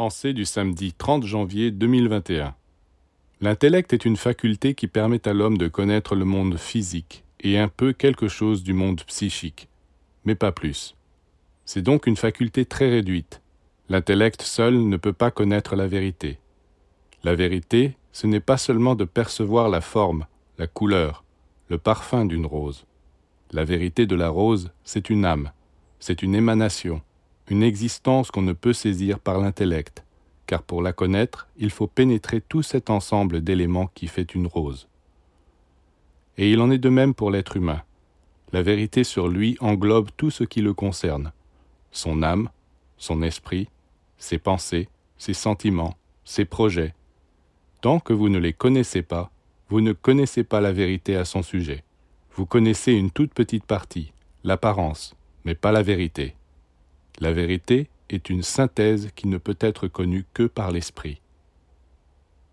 Pensée du samedi 30 janvier 2021. L'intellect est une faculté qui permet à l'homme de connaître le monde physique et un peu quelque chose du monde psychique, mais pas plus. C'est donc une faculté très réduite. L'intellect seul ne peut pas connaître la vérité. La vérité, ce n'est pas seulement de percevoir la forme, la couleur, le parfum d'une rose. La vérité de la rose, c'est une âme, c'est une émanation, une existence qu'on ne peut saisir par l'intellect, car pour la connaître, il faut pénétrer tout cet ensemble d'éléments qui fait une rose. Et il en est de même pour l'être humain. La vérité sur lui englobe tout ce qui le concerne, son âme, son esprit, ses pensées, ses sentiments, ses projets. Tant que vous ne les connaissez pas, vous ne connaissez pas la vérité à son sujet. Vous connaissez une toute petite partie, l'apparence, mais pas la vérité. La vérité est une synthèse qui ne peut être connue que par l'esprit.